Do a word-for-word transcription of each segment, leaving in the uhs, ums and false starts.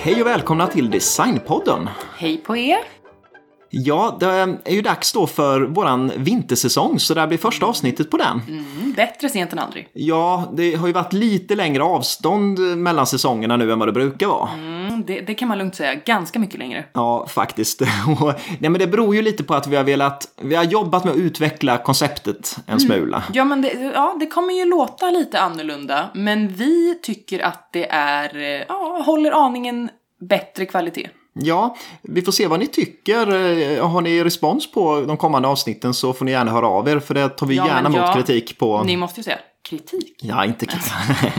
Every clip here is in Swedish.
Hej och välkomna till Designpodden. Hej på er. Ja, det är ju dags då för våran vintersäsong, så det här blir första avsnittet på den. Mm, bättre sent än aldrig. Ja, det har ju varit lite längre avstånd mellan säsongerna nu än vad det brukar vara. Mm, det, det kan man lugnt säga, ganska mycket längre. Ja, faktiskt. Nej, men det beror ju lite på att vi har velat, vi har jobbat med att utveckla konceptet en smula. Mm. Ja, men det, ja, det kommer ju låta lite annorlunda, men vi tycker att det är, ja, håller aningen bättre kvalitet. Ja, vi får se vad ni tycker. Har ni respons på de kommande avsnitten så får ni gärna höra av er, för det tar vi ja, gärna mot ja, kritik på. Ni måste ju säga kritik. Ja, inte kritik.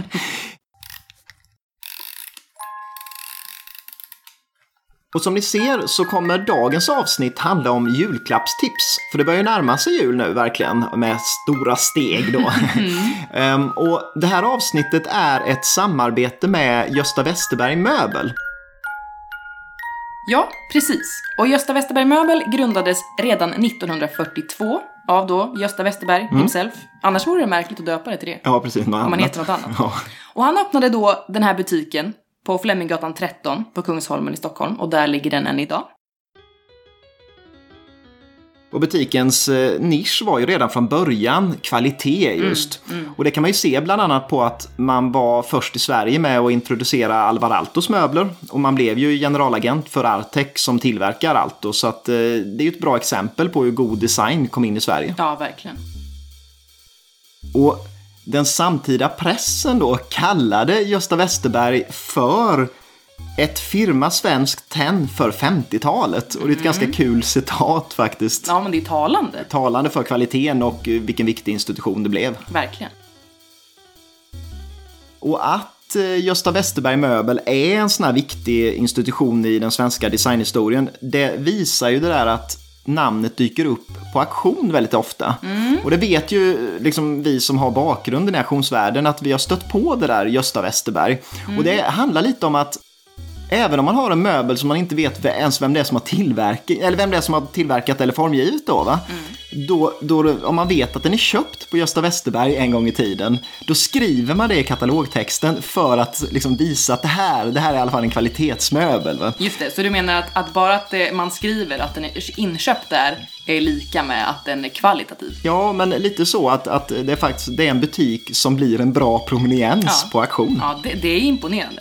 Och som ni ser så kommer dagens avsnitt handla om julklappstips. För det börjar ju närma sig jul nu verkligen med stora steg då. Mm. um, och det här avsnittet är ett samarbete med Gösta Westerberg Möbel. Ja, precis. Och Gösta Westerberg Möbel grundades redan nittonhundrafyrtiotvå av då Gösta Westerberg mm. himself. Annars vore det märkligt att döpa det till det. Ja, precis. Om man annat. heter något annat. Ja. Och han öppnade då den här butiken på Fleminggatan tretton på Kungsholmen i Stockholm. Och där ligger den än idag. Och butikens eh, nisch var ju redan från början kvalitet just. Mm, mm. Och det kan man ju se bland annat på att man var först i Sverige med att introducera Alvar Aaltos möbler. Och man blev ju generalagent för Artec som tillverkar Aalto. Så att, eh, det är ju ett bra exempel på hur god design kom in i Sverige. Ja, verkligen. Och den samtida pressen då kallade Gösta Westerberg för ett firma svenskt tenn för femtiotalet. Och det är ett mm. ganska kul citat faktiskt. Ja, men det är talande. Talande för kvaliteten och vilken viktig institution det blev. Verkligen. Och att Gösta Westerberg Möbel är en sån här viktig institution i den svenska designhistorien, det visar ju det där att namnet dyker upp på auktion väldigt ofta. Mm. Och det vet ju liksom vi som har bakgrunden i auktionsvärlden att vi har stött på det där Gösta Westerberg. Mm. Och det handlar lite om att även om man har en möbel som man inte vet ens vem det är som har tillverkat eller vem det är som har tillverkat eller formgivit då, va? Mm. Då, då, om man vet att den är köpt på Gösta Westerberg en gång i tiden, då skriver man det i katalogtexten för att liksom visa att det här, det här är i alla fall en kvalitetsmöbel, va? Just det, så du menar att, att bara att det, man skriver att den är inköpt där är lika med att den är kvalitativ? Ja, men lite så att, att det är faktiskt det är en butik som blir en bra prominens ja. på auktion. Ja, det, det är imponerande.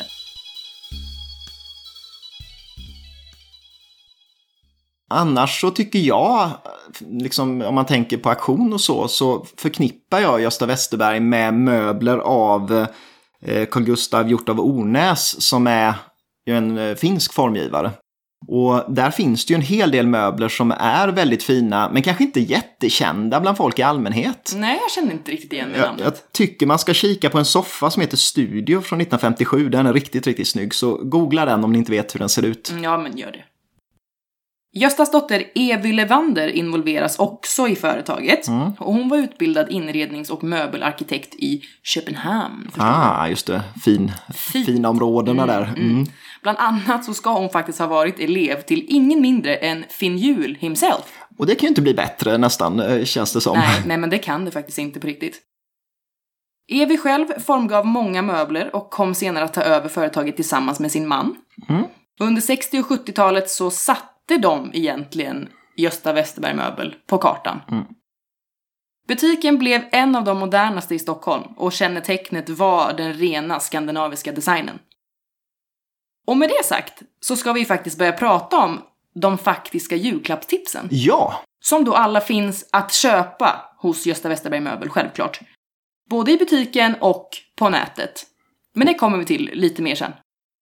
Annars så tycker jag, liksom, om man tänker på auktion och så, så förknippar jag Gösta Westerberg med möbler av eh, Carl Gustav Hjort av Ornäs som är ju en eh, finsk formgivare. Och där finns det ju en hel del möbler som är väldigt fina, men kanske inte jättekända bland folk i allmänhet. Nej, jag känner inte riktigt igen det namnet. Jag, jag tycker man ska kika på en soffa som heter Studio från nittonhundrafemtiosju. Den är riktigt, riktigt snygg, så googla den om ni inte vet hur den ser ut. Ja, men gör det. Göstas dotter Evy Levander involveras också i företaget. Mm. Och hon var utbildad inrednings- och möbelarkitekt i Köpenhamn. Ah, just det. Fin, fina områdena mm, där. Mm. Mm. Bland annat så ska hon faktiskt ha varit elev till ingen mindre än Finn Hjul himself. Och det kan ju inte bli bättre nästan, känns det som. Nej, nej men det kan det faktiskt inte på riktigt. Evy själv formgav många möbler och kom senare att ta över företaget tillsammans med sin man. Mm. Under sextio- och sjuttiotalet så satt de egentligen Gösta Westerberg Möbel på kartan. Mm. Butiken blev en av de modernaste i Stockholm och kännetecknet var den rena skandinaviska designen. Och med det sagt så ska vi faktiskt börja prata om de faktiska julklappstipsen. Ja! Som då alla finns att köpa hos Gösta Westerberg Möbel, självklart. Både i butiken och på nätet. Men det kommer vi till lite mer sen.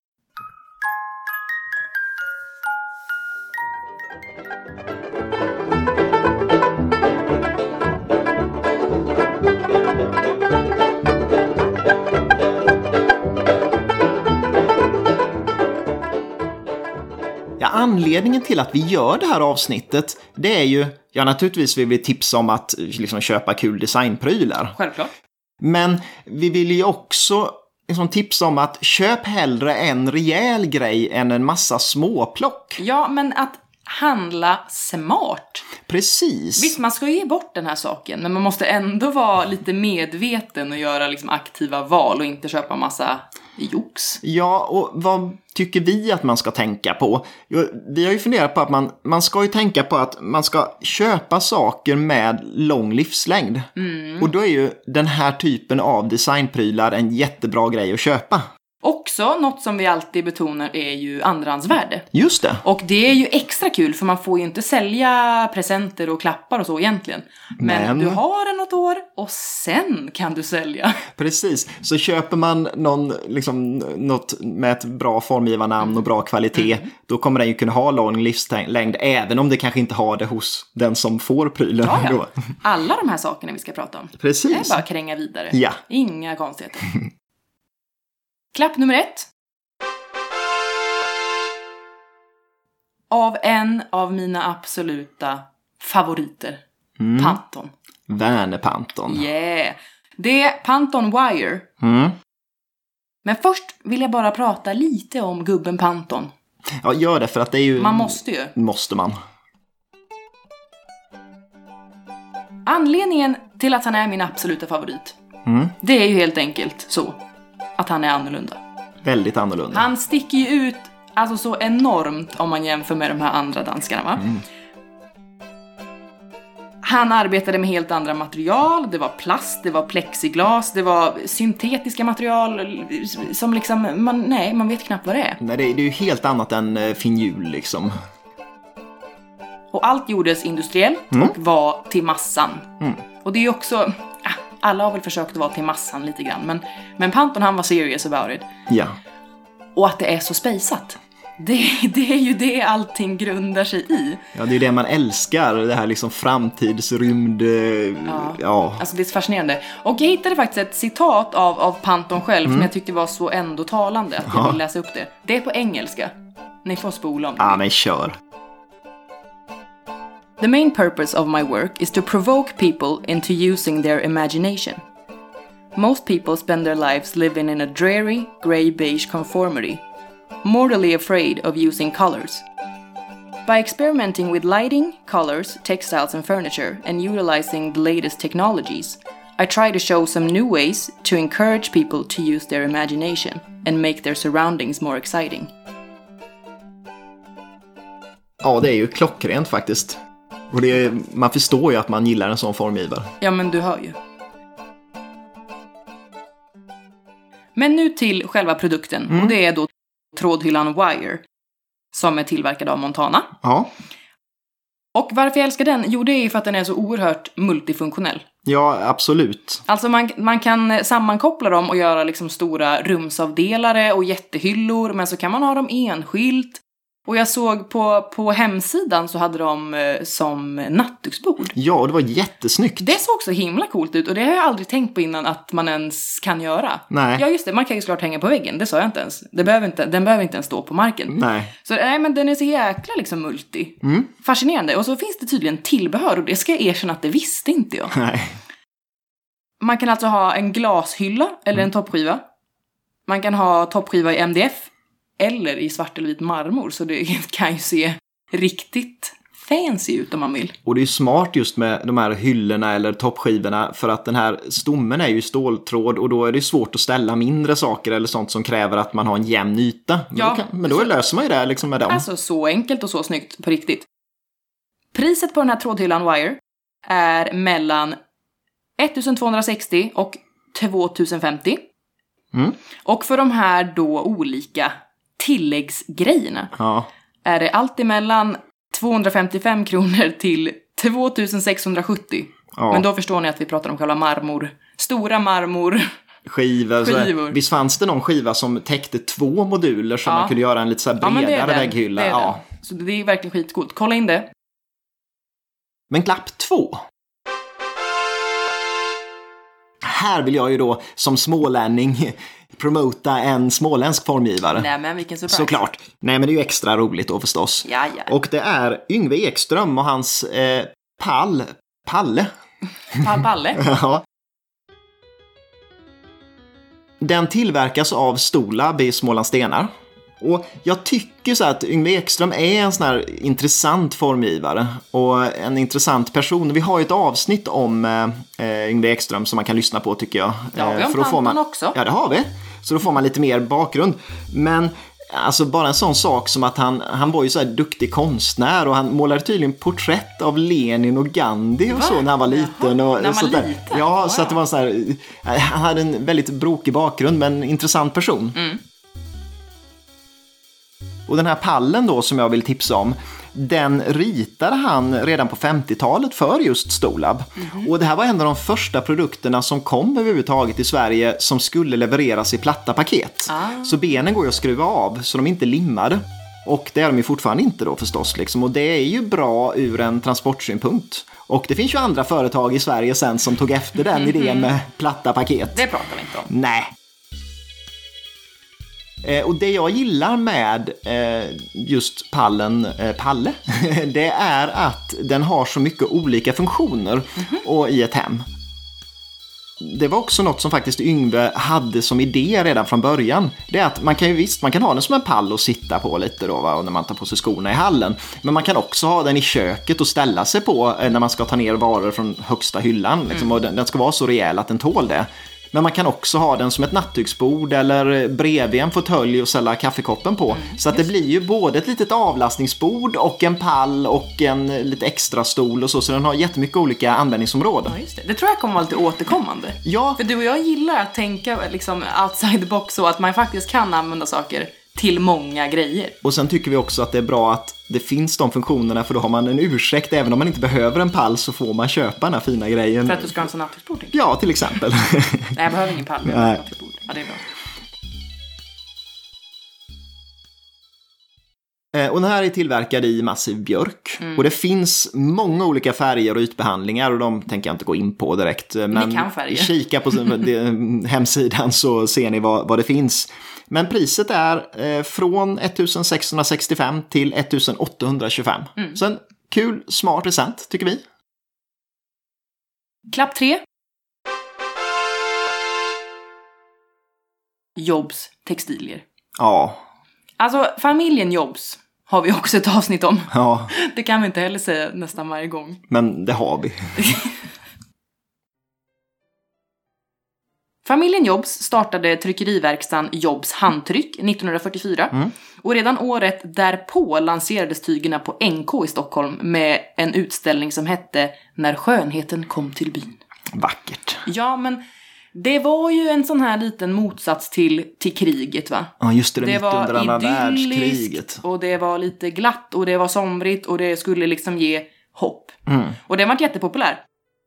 Ja, anledningen till att vi gör det här avsnittet, det är ju, ja naturligtvis vill vi tipsa om att liksom köpa kul designprylar. Självklart. Men vi vill ju också liksom tipsa om att köp hellre en rejäl grej än en massa småplock. Ja, men att handla smart. Precis. Visst, man ska ju ge bort den här saken, men man måste ändå vara lite medveten och göra liksom aktiva val och inte köpa massa jox. Ja, och vad tycker vi att man ska tänka på? Jo, vi har ju funderat på att man, man ska ju tänka på att man ska köpa saker med lång livslängd. Mm. Och då är ju den här typen av designprylar en jättebra grej att köpa. Också något som vi alltid betonar är ju andrahandsvärde. Just det. Och det är ju extra kul för man får ju inte sälja presenter och klappar och så egentligen. Men, Men... du har den något år och sen kan du sälja. Precis. Så köper man någon, liksom, något med ett bra formgivarnamn mm. och bra kvalitet, mm. då kommer den ju kunna ha lång livslängd även om det kanske inte har det hos den som får prylen. Ja, ja. Alla de här sakerna vi ska prata om. Precis. Det är bara att kränga vidare. Ja. Inga konstigheter. Klapp nummer ett. Av en av mina absoluta favoriter. Mm. Panton. Werner Panton. Yeah. Det är Panton Wire. Mm. Men först vill jag bara prata lite om gubben Panton. Ja, gör det för att det är ju... Man måste ju. Måste man. Anledningen till att han är min absoluta favorit. Mm. Det är ju helt enkelt så. Att han är annorlunda. Väldigt annorlunda. Han sticker ju ut alltså så enormt om man jämför med de här andra danskarna, va? Mm. Han arbetade med helt andra material. Det var plast, det var plexiglas, det var syntetiska material som liksom, man, nej, man vet knappt vad det är. Nej, det är, det är ju helt annat än uh, finjul liksom. Och allt gjordes industriellt mm. och var till massan. Mm. Och det är ju också... Alla har väl försökt att vara till massan lite grann. Men, men Panton, han var serious about it. Ja. Och att det är så spejsat. Det, det är ju det allting grundar sig i. Ja, det är ju det man älskar. Det här liksom framtidsrymd... Ja, ja. Alltså det är så fascinerande. Och jag hittade faktiskt ett citat av, av Panton själv mm. som jag tyckte var så ändå talande att jag vill läsa upp det. Det är på engelska. Ni får spola om det. Ja, men kör. The main purpose of my work is to provoke people into using their imagination. Most people spend their lives living in a dreary, grey-beige conformity, mortally afraid of using colors. By experimenting with lighting, colors, textiles and furniture, and utilizing the latest technologies, I try to show some new ways to encourage people to use their imagination and make their surroundings more exciting. Ja, det är ju klockrent faktiskt. Och det är, man förstår ju att man gillar en sån formgivare. Ja, men du hör ju. Men nu till själva produkten. Mm. Och det är då trådhyllan Wire. Som är tillverkad av Montana. Ja. Och varför jag älskar den? Jo, det är ju för att den är så oerhört multifunktionell. Ja, absolut. Alltså man, man kan sammankoppla dem och göra liksom stora rumsavdelare och jättehyllor. Men så kan man ha dem enskilt. Och jag såg på, på hemsidan så hade de eh, som nattduksbord. Ja, och det var jättesnyggt. Det såg så himla coolt ut och det har jag aldrig tänkt på innan att man ens kan göra. Nej. Ja, just det. Man kan ju såklart hänga på väggen. Det sa jag inte ens. Det behöver inte, den behöver inte ens stå på marken. Nej. Så nej, men den är så jäkla liksom multi. Mm. Fascinerande. Och så finns det tydligen tillbehör och det ska jag erkänna att det visste inte jag. Nej. Man kan alltså ha en glashylla eller en toppskiva. Man kan ha toppskiva i M D F. Eller i svart eller vit marmor. Så det kan ju se riktigt fancy ut om man vill. Och det är ju smart just med de här hyllorna eller toppskivorna. För att den här stommen är ju ståltråd. Och då är det svårt att ställa mindre saker eller sånt som kräver att man har en jämn yta. Men ja, då, kan, men då så, löser man ju det liksom med dem. Alltså så enkelt och så snyggt på riktigt. Priset på den här trådhyllan Wire är mellan ettusentvåhundrasextio och tvåtusenfemtio. Mm. Och för de här då olika tilläggsgrejerna ja. är det allt emellan tvåhundrafemtiofem kronor till tvåtusensexhundrasjuttio. Ja. Men då förstår ni att vi pratar om själva marmor. Stora marmor. Skivor. Skivor. Visst fanns det någon skiva som täckte två moduler så ja. man kunde göra en lite så här bredare ja, vägghylla. Det ja. Så det är verkligen skitcoolt. Kolla in det. Men klapp två. Här vill jag ju då som smålänning promota en småländsk formgivare. Nej, men vilken surprise. Såklart. Nej, men det är ju extra roligt då förstås. Ja, ja. Och det är Yngve Ekström och hans eh, pall. Palle. Pall Palle? Ja. Den tillverkas av Stolab i Smålandstenar. Och jag tycker så att Yngve Ekström är en sån här intressant formgivare och en intressant person. Vi har ju ett avsnitt om eh, Yngve Ekström som man kan lyssna på tycker jag. Ja, vi har för då får man också. Ja, det har vi. Så då får man lite mer bakgrund. Men alltså bara en sån sak som att han, han var ju så här duktig konstnär och han målade tydligen porträtt av Lenin och Gandhi och Va? så när han var liten. Och, när han så var där. liten? Ja, wow. så att det var så här, han hade en väldigt brokig bakgrund men en intressant person. Mm. Och den här pallen då som jag vill tipsa om, den ritade han redan på femtiotalet för just Stolab. Mm-hmm. Och det här var en av de första produkterna som kom överhuvudtaget i Sverige som skulle levereras i platta paket. Ah. Så benen går ju att skruva av så de inte limmade. Och det är de ju fortfarande inte då förstås. Liksom. Och det är ju bra ur en transportsynpunkt. Och det finns ju andra företag i Sverige sen som tog efter den mm-hmm. idén med platta paket. Det pratar vi inte om. Nej. Eh, och det jag gillar med eh, just pallen eh, Palle, det är att den har så mycket olika funktioner mm-hmm. och i ett hem. Det var också något som faktiskt Yngve hade som idé redan från början. Det är att man kan ju visst, man kan ha den som en pall och sitta på lite då, va, och när man tar på sig skorna i hallen. Men man kan också ha den i köket och ställa sig på eh, när man ska ta ner varor från högsta hyllan. Liksom, mm. och den, den ska vara så rejäl att den tål det. Men man kan också ha den som ett nattduksbord eller bredvid en fåtölj och ställa kaffekoppen på. Mm, så att det blir ju både ett litet avlastningsbord och en pall och en lite extra stol och så. Så den har jättemycket olika användningsområden. Ja, just det. Det tror jag kommer vara lite återkommande. Ja. För du och jag gillar att tänka liksom outside the box så att man faktiskt kan använda saker till många grejer. Och sen tycker vi också att det är bra att det finns de funktionerna för då har man en ursäkt. Även om man inte behöver en pall så får man köpa den här fina grejen. För att du ska ha en sån nattduksbord? Ja, till exempel. Nej, jag behöver ingen pall. Jag behöver nattduksbord. Ja, det är bra. Och den här är tillverkad i massiv björk. Mm. Och det finns många olika färger och ytbehandlingar. Och de tänker jag inte gå in på direkt. Men ni kan färger. Kika på hemsidan så ser ni vad, vad det finns. Men priset är eh, från sextonhundrasextiofem till åttahundratjugofem. Mm. Så en kul, smart present tycker vi. Klapp tre. Jobs textilier. Ja. Alltså familjen Jobs har vi också ett avsnitt om. Ja. Det kan vi inte heller säga nästan varje gång. Men det har vi. Familjen Jobs startade tryckeriverkstan Jobs handtryck nittonhundrafyrtiofyra. Mm. Och redan året därpå lanserades tygerna på N K i Stockholm med en utställning som hette När skönheten kom till byn. Vackert. Ja, men det var ju en sån här liten motsats till, till kriget, va? Ja, just det. Det, det var under andra världskriget. Och det var lite glatt och det var somrigt och det skulle liksom ge hopp. Mm. Och det var jättepopulär.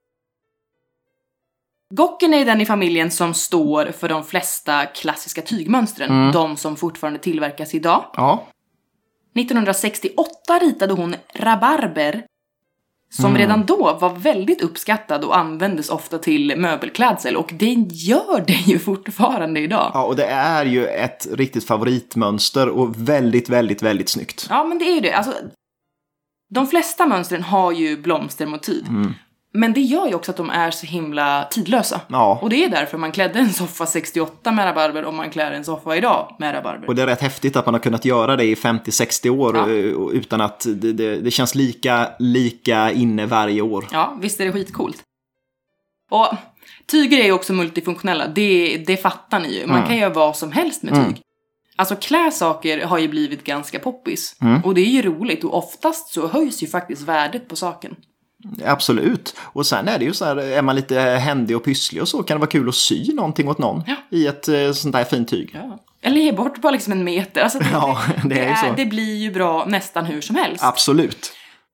Gocken är den i familjen som står för de flesta klassiska tygmönstren. Mm. De som fortfarande tillverkas idag. Ja. nittonhundrasextioåtta ritade hon rabarber. Som mm. redan då var väldigt uppskattad och användes ofta till möbelklädsel. Och det gör det ju fortfarande idag. Ja, och det är ju ett riktigt favoritmönster och väldigt, väldigt, väldigt snyggt. Ja, men det är ju det. Alltså, de flesta mönstren har ju blomstermotiv. Mm. Men det gör ju också att de är så himla tidlösa. Ja. Och det är därför man klädde en soffa sextioåtta med rabarber och man klär en soffa idag med rabarber. Och det är rätt häftigt att man har kunnat göra det i femtio sextio år ja. utan att det, det, det känns lika, lika inne varje år. Ja, visst är det skitcoolt. Och tyger är ju också multifunktionella, det, det fattar ni ju. Man mm. kan göra vad som helst med tyg. Mm. Alltså kläsaker har ju blivit ganska poppis. Mm. Och det är ju roligt och oftast så höjs ju faktiskt värdet på saken. Absolut. Och sen är det ju så här, är man lite händig och pysslig och så kan det vara kul att sy någonting åt någon ja. i ett sånt där fint tyg. Ja. Eller ge bort på liksom en meter. Alltså det, ja, det, det, är är, så. Det blir ju bra nästan hur som helst. Absolut.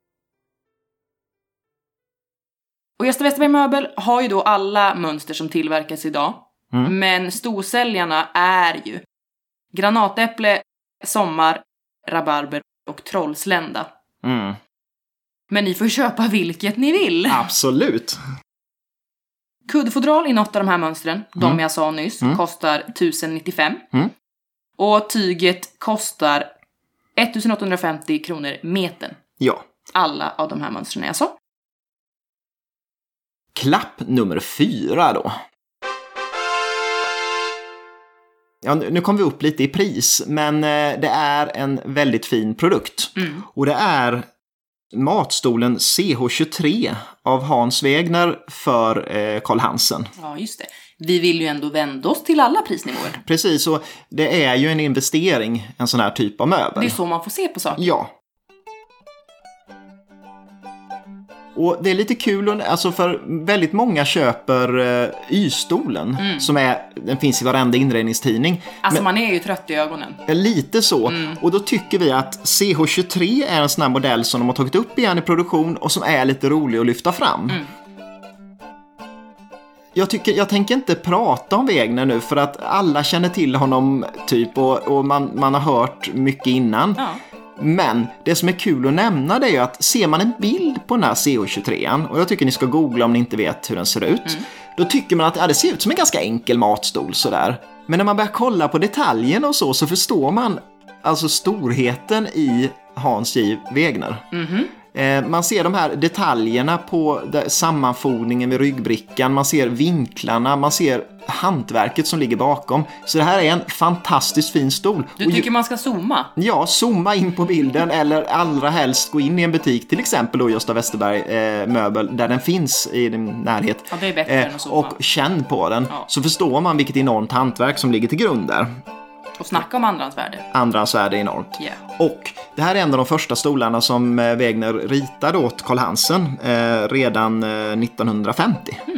Och Gösta Westerberg Möbel har ju då alla mönster som tillverkas idag. Mm. Men storsäljarna är ju granatäpple, sommar, rabarber och trollslända. Mm. Men ni får köpa vilket ni vill. Absolut. Kuddfodral i något av de här mönstren, mm. de jag sa nyss, mm. kostar tusen nittiofem. Mm. Och tyget kostar ettusenåttahundrafemtio kronor metern. Ja. Alla av de här mönstren jag sa. Klapp nummer fyra då. Ja, nu kom vi upp lite i pris, men det är en väldigt fin produkt. Mm. Och det är matstolen C H tjugotre av Hans Wegner för eh, Carl Hansen. Ja, just det. Vi vill ju ändå vända oss till alla prisnivåer. Precis, och det är ju en investering, en sån här typ av möbel. Det är så man får se på saker. Ja. Och det är lite kul, alltså för väldigt många köper uh, Y-stolen mm. som är, den finns i varenda inredningstidning. Alltså men, man är ju trött i ögonen. Lite så. Mm. Och då tycker vi att C H tjugotre är en sån här modell som de har tagit upp igen i produktion och som är lite rolig att lyfta fram. Mm. Jag, tycker, jag tänker inte prata om Wegner nu för att alla känner till honom typ och, och man, man har hört mycket innan. Ja. Men det som är kul att nämna det är ju att ser man en bild på den här C H tjugotre, och jag tycker ni ska googla om ni inte vet hur den ser ut, mm. då tycker man att ja, det ser ut som en ganska enkel matstol sådär. Men när man börjar kolla på detaljerna och så, så förstår man alltså storheten i Hans J. Wegner. Mm-hmm. Eh, man ser de här detaljerna på sammanfogningen vid ryggbrickan, man ser vinklarna, man ser hantverket som ligger bakom. Så det här är en fantastiskt fin stol. Du tycker man ska zooma? Ja, zooma in på bilden eller allra helst gå in i en butik, till exempel då Gösta Westerberg eh, möbel, där den finns i din närhet. Ja, det är bättre eh, än att zooma. Och känn på den, ja. Så förstår man vilket enormt hantverk som ligger till grund där. Och snacka om andrahandsvärde. Andrahandsvärde är enormt. Yeah. Och det här är en av de första stolarna som Wegner ritade åt Carl Hansen eh, redan eh, nittonhundrafemtio. Mm.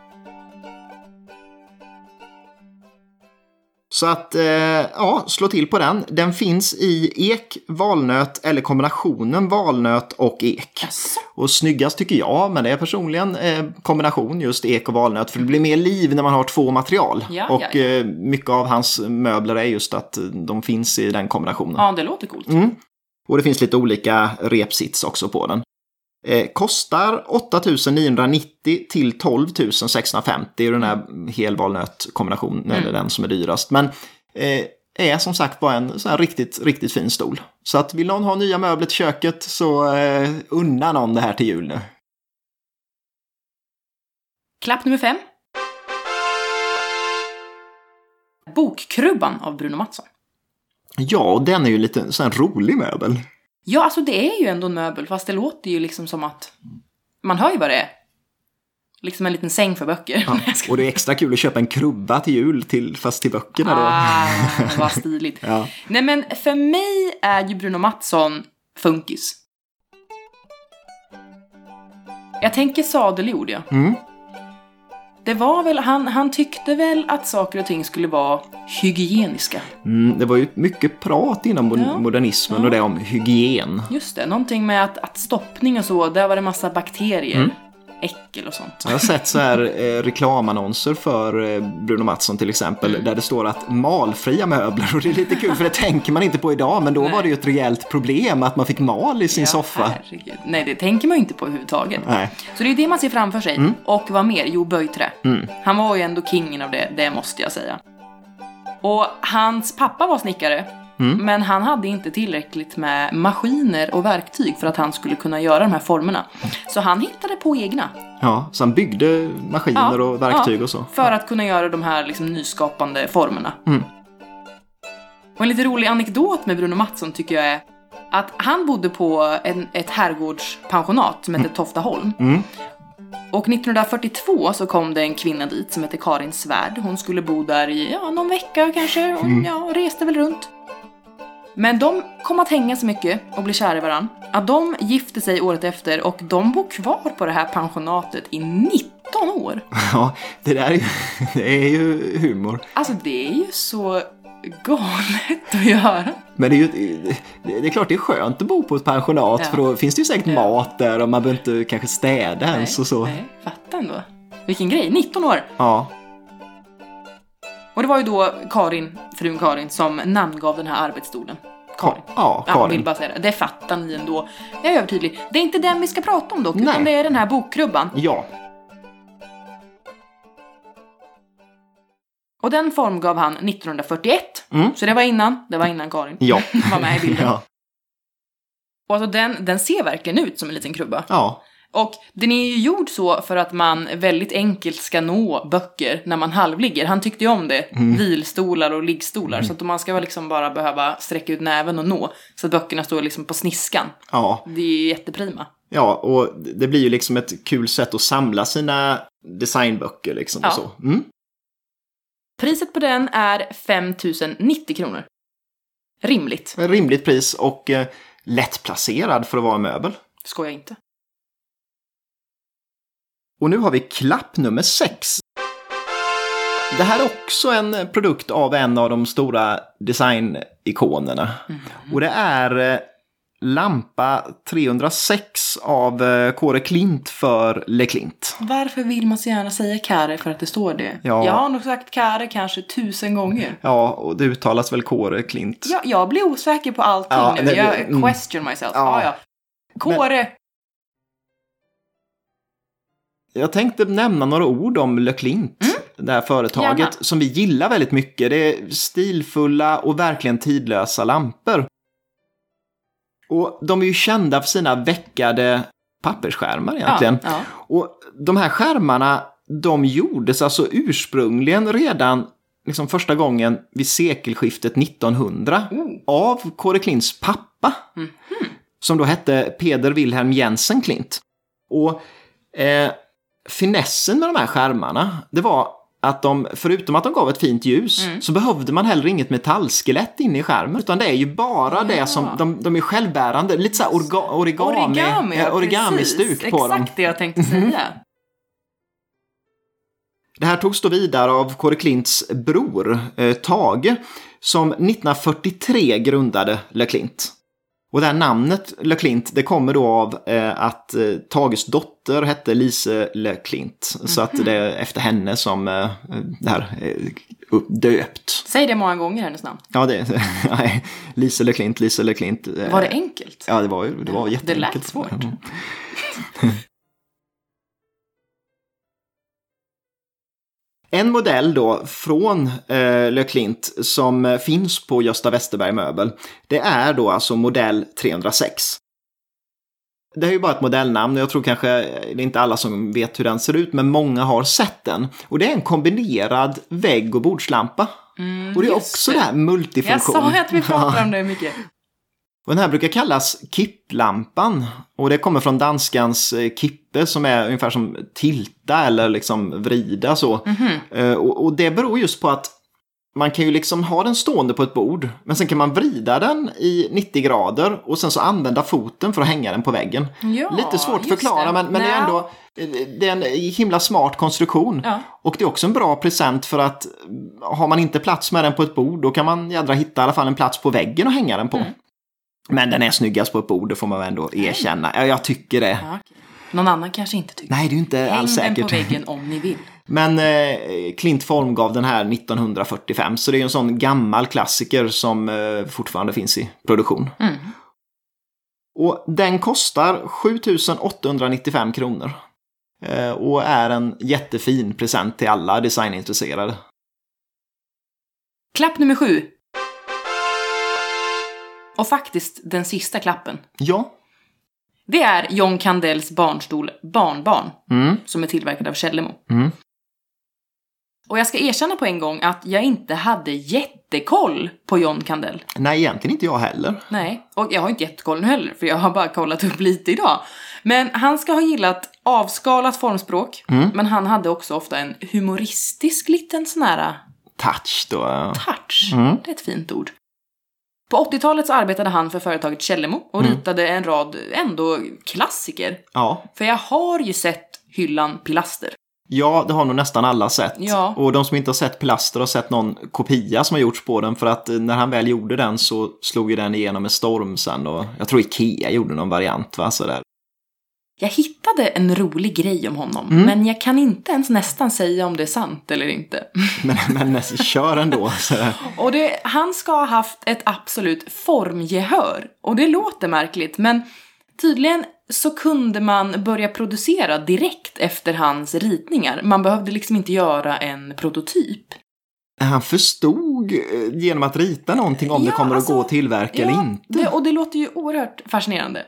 Så att, eh, ja, slå till på den. Den finns i ek, valnöt eller kombinationen valnöt och ek. Yes. Och snyggast tycker jag, men det är personligen eh, kombination just ek och valnöt. För det blir mer liv när man har två material. Ja, och ja, ja. Eh, mycket av hans möbler är just att de finns i den kombinationen. Ja, det låter coolt. Mm. Och det finns lite olika repsits också på den. Eh, kostar åtta tusen niohundranittio till tolv tusen sexhundrafemtio i den här helvalnötkombinationen, mm. eller den som är dyrast. Men eh, är som sagt bara en sån här riktigt, riktigt fin stol. Så att vill någon ha nya möbler till köket så eh, unna någon det här till jul nu. Klapp nummer fem. Bokkrubban av Bruno Mattsson. Ja, och den är ju lite sån här rolig möbel. Ja, alltså det är ju ändå en möbel, fast det låter ju liksom som att man hör ju vad det är. Liksom en liten säng för böcker. Ja, och det är extra kul att köpa en krubba till jul, till, fast till böckerna då. Ah, vad stiligt. Ja. Nej, men för mig är ju Bruno Mattsson funkis. Jag tänker sadeljord, ja. Mm. Det var väl, han, han tyckte väl att saker och ting skulle vara hygieniska. Mm, det var ju mycket prat inom ja. modernismen ja. och det om hygien. Just det, någonting med att, att stoppning och så, där var det massa bakterier. Mm. Äckel och sånt. Jag har sett så här eh, reklamannonser för eh, Bruno Mattsson till exempel, mm. där det står att malfria möbler, och det är lite kul för det tänker man inte på idag, men då Nej. var det ju ett rejält problem att man fick mal i sin ja, soffa. Herregud. Nej, det tänker man ju inte på överhuvudtaget. Nej. Så det är det man ser framför sig. Mm. Och vad mer? Jo, böjträ. Mm. Han var ju ändå kingen av det, det måste jag säga. Och hans pappa var snickare. Mm. Men han hade inte tillräckligt med maskiner och verktyg för att han skulle kunna göra de här formerna. Så han hittade på egna. Ja, så han byggde maskiner ja, och verktyg ja, och så. För ja. att kunna göra de här liksom nyskapande formerna. Mm. Och en lite rolig anekdot med Bruno Mattsson tycker jag är att han bodde på en, ett herrgårdspensionat som heter mm. Toftaholm. Mm. Och nittonhundrafyrtiotvå så kom det en kvinna dit som heter Karin Svärd. Hon skulle bo där i ja, någon vecka kanske. Hon mm. ja, reste väl runt. Men de kom att hänga så mycket och bli kära i varann att de gifte sig året efter, och de bor kvar på det här pensionatet i nitton år. Ja, det där är ju, det är ju humor. Alltså det är ju så galet att göra. Men det är ju det är klart det är skönt att bo på ett pensionat, ja. för då finns det ju säkert ja. mat där och man behöver inte kanske städa nej, ens och så. Nej, fatta ändå. Vilken grej, nitton år. Ja. Och det var ju då Karin, frun Karin, som namngav den här arbetsstolen. Karin. Ja, Karin. Ja, vill bara säga det. Det fattar ni ändå. Jag är övertydlig. Det är inte den vi ska prata om dock, Nej. utan det är den här bokkrubban. Ja. Och den formgav han nittonhundrafyrtioett. Mm. Så det var innan, det var innan Karin ja. var med i bilden. Ja. Och alltså den, den ser verkligen ut som en liten krubba. Ja. Och den är ju gjord så för att man väldigt enkelt ska nå böcker när man halvligger. Han tyckte ju om det. Mm. Vilstolar och liggstolar. Mm. Så att man ska liksom bara behöva sträcka ut näven och nå. Så att böckerna står liksom på sniskan. Ja. Det är ju jätteprima. Ja, och det blir ju liksom ett kul sätt att samla sina designböcker liksom. Ja. Och så. Mm. Priset på den är fem tusen nittio kronor. Rimligt. Rimligt pris och eh, lättplacerad för att vara en möbel. Skojar inte. Och nu har vi klapp nummer sex. Det här är också en produkt av en av de stora designikonerna. Mm. Och det är eh, lampa trehundrasex av eh, Kåre Klint för Leclerc. Varför vill man så gärna säga Kare för att det står det? Ja. Jag har nog sagt Kare kanske tusen gånger. Ja, och det uttalas väl Kåre Klint. Ja, jag blir osäker på allting ja, nu. Det, jag mm. question myself. Ja. Ah, ja. Kåre... Men... Jag tänkte nämna några ord om Leclerc, mm. det här företaget, Gärna. Som vi gillar väldigt mycket. Det är stilfulla och verkligen tidlösa lampor. Och de är ju kända för sina veckade pappersskärmar egentligen. Ja, ja. Och de här skärmarna, de gjordes alltså ursprungligen redan liksom första gången vid sekelskiftet nittonhundra mm. av Kåre Klints pappa. Mm. Som då hette Peder Wilhelm Jensen Klint. Och eh, finessen med de här skärmarna, det var att de, förutom att de gav ett fint ljus, mm. så behövde man heller inget metallskelett inne i skärmen. Utan det är ju bara ja. det som, de, de är självbärande. Lite så här orga, origami, origami, ja, origami-stuk på Exakt dem. Exakt det jag tänkte säga. Det här togs då vidare av Kåre Klints bror, eh, Tage, som nittonhundrafyrtiotre grundade Leclerc. Och det här namnet Leclerc, det kommer då av eh, att eh, Tages dotter hette Lise Leclerc. Mm-hmm. Så att det är efter henne som eh, det här är döpt. Säg det många gånger, hennes namn. Ja, det nej, Lise Leclerc, Lise Leclerc. Eh, var det enkelt? Ja, det var, det var jätteenkelt. Det lät svårt. En modell då från eh, Leclerc som finns på Gösta Westerberg möbel, det är då alltså modell trehundrasex. Det är ju bara ett modellnamn och jag tror kanske det är inte alla som vet hur den ser ut, men många har sett den. Och det är en kombinerad vägg- och bordslampa. Mm, och det är också det här multifunktion. Jag sa att vi pratar om det mycket. Och den här brukar kallas kipplampan. Och det kommer från danskans kippe som är ungefär som tilta eller liksom vrida så. Mm-hmm. Och, och det beror just på att man kan ju liksom ha den stående på ett bord. Men sen kan man vrida den i nittio grader och sen så använda foten för att hänga den på väggen. Ja, lite svårt att förklara det. men, men det är ändå det är en himla smart konstruktion. Ja. Och det är också en bra present för att har man inte plats med den på ett bord då kan man jädra hitta i alla fall en plats på väggen och hänga den på. Mm. Men den är snyggast på ett bord, det får man ändå erkänna. Ja, jag tycker det. Ja, okay. Någon annan kanske inte tycker. Nej, det är ju inte Häng alls säkert. Häng den på väggen om ni vill. Men eh, Klint formgav den här nittonhundrafyrtiofem. Så det är en sån gammal klassiker som eh, fortfarande finns i produktion. Mm. Och den kostar sju tusen åttahundranittiofem kronor. Eh, och är en jättefin present till alla designintresserade. Klapp nummer sju. Och faktiskt den sista klappen. Ja. Det är John Kandells barnstol Barnbarn. Mm. Som är tillverkad av Källemo. Mm. Och jag ska erkänna på en gång att jag inte hade jättekoll på John Kandell. Nej, egentligen inte jag heller. Nej, och jag har inte jättekoll nu heller. För jag har bara kollat upp lite idag. Men han ska ha gillat avskalat formspråk. Mm. Men han hade också ofta en humoristisk liten sån här... Touch då. Touch, mm. Det är ett fint ord. På åttiotalet så arbetade han för företaget Källemo och mm. ritade en rad ändå klassiker. Ja. För jag har ju sett hyllan Pilaster. Ja, det har nog nästan alla sett. Ja. Och de som inte har sett Pilaster har sett någon kopia som har gjorts på den. För att när han väl gjorde den så slog ju den igenom med storm sen. Och jag tror Ikea gjorde någon variant, va? Så där. Jag hittade en rolig grej om honom. Mm. Men jag kan inte ens nästan säga om det är sant eller inte. Men, men kör ändå. Och det, han ska ha haft ett absolut formgehör. Och det låter märkligt. Men tydligen så kunde man börja producera direkt efter hans ritningar. Man behövde liksom inte göra en prototyp. Han förstod genom att rita någonting om ja, det kommer alltså, att gå att tillverka ja, eller inte. Det, och det låter ju oerhört fascinerande.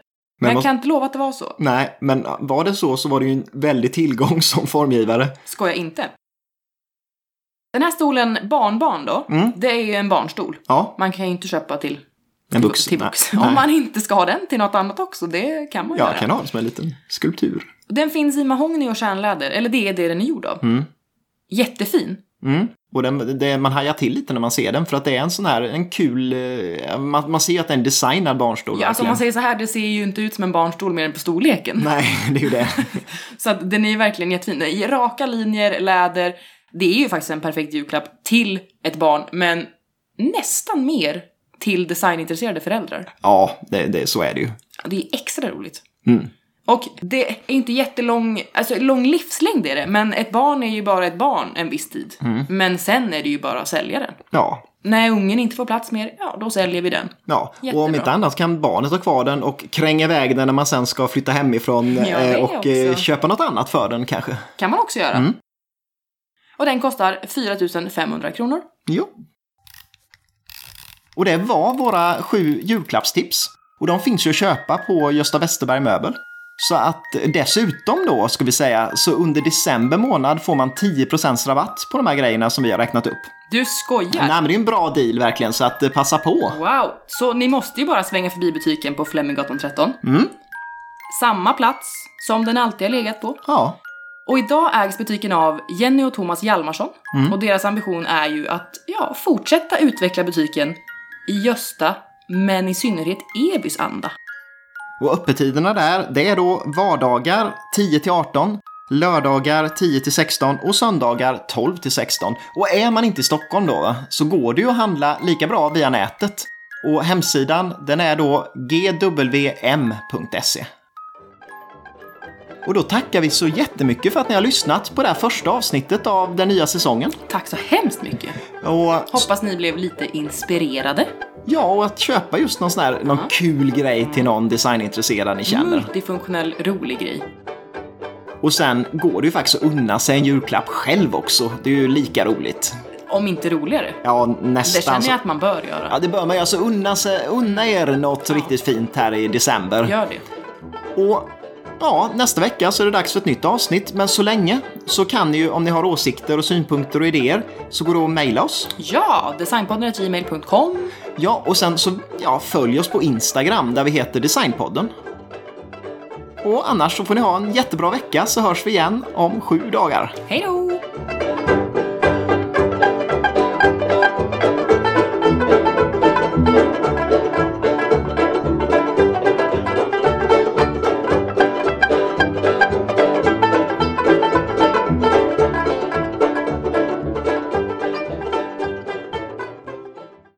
Men jag måste... kan inte lova att det var så. Nej, men var det så så var det ju en väldig tillgång som formgivare. Skojar inte. Den här stolen barnbarn då, mm. det är ju en barnstol. Ja. Man kan ju inte köpa till, en vuxen. till vuxen. Om man inte ska ha den till något annat också, det kan man ja, göra. Jag kan ha den som en liten skulptur. Den finns i mahogny och kärnläder, eller det är det den är gjord av. Mm. Jättefin. Mm. Och den, det, man hajar till lite när man ser den, för att det är en sån här, en kul, man, man ser att det är en designad barnstol. Ja, alltså om man säger så här, det ser ju inte ut som en barnstol mer än på storleken. Nej, det är ju det. Så att den är ju verkligen jättefin. I raka linjer, läder, det är ju faktiskt en perfekt julklapp till ett barn, men nästan mer till designintresserade föräldrar. Ja, det, det, så är det ju. Det är extra roligt. Mm. Och det är inte jättelång, alltså lång livslängd är det, men ett barn är ju bara ett barn en viss tid. Mm. Men sen är det ju bara att sälja den. Ja. När ungen inte får plats mer, ja då säljer vi den. Ja, Jättebra. Och om inte annat kan barnet ha kvar den och kränga iväg den när man sen ska flytta hemifrån ja, och också. köpa något annat för den kanske. Kan man också göra. Mm. Och den kostar fyra tusen femhundra kronor. Jo. Och det var våra sju julklappstips. Och de finns ju att köpa på Gösta Westerberg Möbel. Så att dessutom då, ska vi säga, så under december månad får man tio procent rabatt på de här grejerna som vi har räknat upp. Du skojar? Nej, men det är en bra deal verkligen, så att passa på. Wow, så ni måste ju bara svänga förbi butiken på Fleminggatan tretton. Mm. Samma plats som den alltid har legat på. Ja. Och idag ägs butiken av Jenny och Thomas Hjalmarsson. Mm. Och deras ambition är ju att ja, fortsätta utveckla butiken i Gösta, men i synnerhet Ebys anda. Och öppettiderna där, det är då vardagar tio till arton, lördagar tio till sexton och söndagar tolv till sexton. Och är man inte i Stockholm då, så går det ju att handla lika bra via nätet. Och hemsidan, den är då g w m punkt se. Och då tackar vi så jättemycket för att ni har lyssnat på det här första avsnittet av den nya säsongen. Tack så hemskt mycket. Och hoppas ni blev lite inspirerade. Ja, och att köpa just någon sån här, någon uh-huh. kul grej till någon designintresserad ni känner. Multifunktionell, rolig grej. Och sen går det ju faktiskt att unna sig en julklapp själv också. Det är ju lika roligt. Om inte roligare. Ja, nästan. Det känner jag så... att man bör göra. Ja, det bör man göra. Så unna, sig, unna er något ja. riktigt fint här i december. Gör det. Och ja, nästa vecka så är det dags för ett nytt avsnitt. Men så länge så kan ni ju, om ni har åsikter och synpunkter och idéer, så går det att mejla oss. Ja, designpodden snabel-a gmail punkt com. Ja, och sen så ja, följ oss på Instagram där vi heter Designpodden. Och annars så får ni ha en jättebra vecka, så hörs vi igen om sju dagar. Hej då!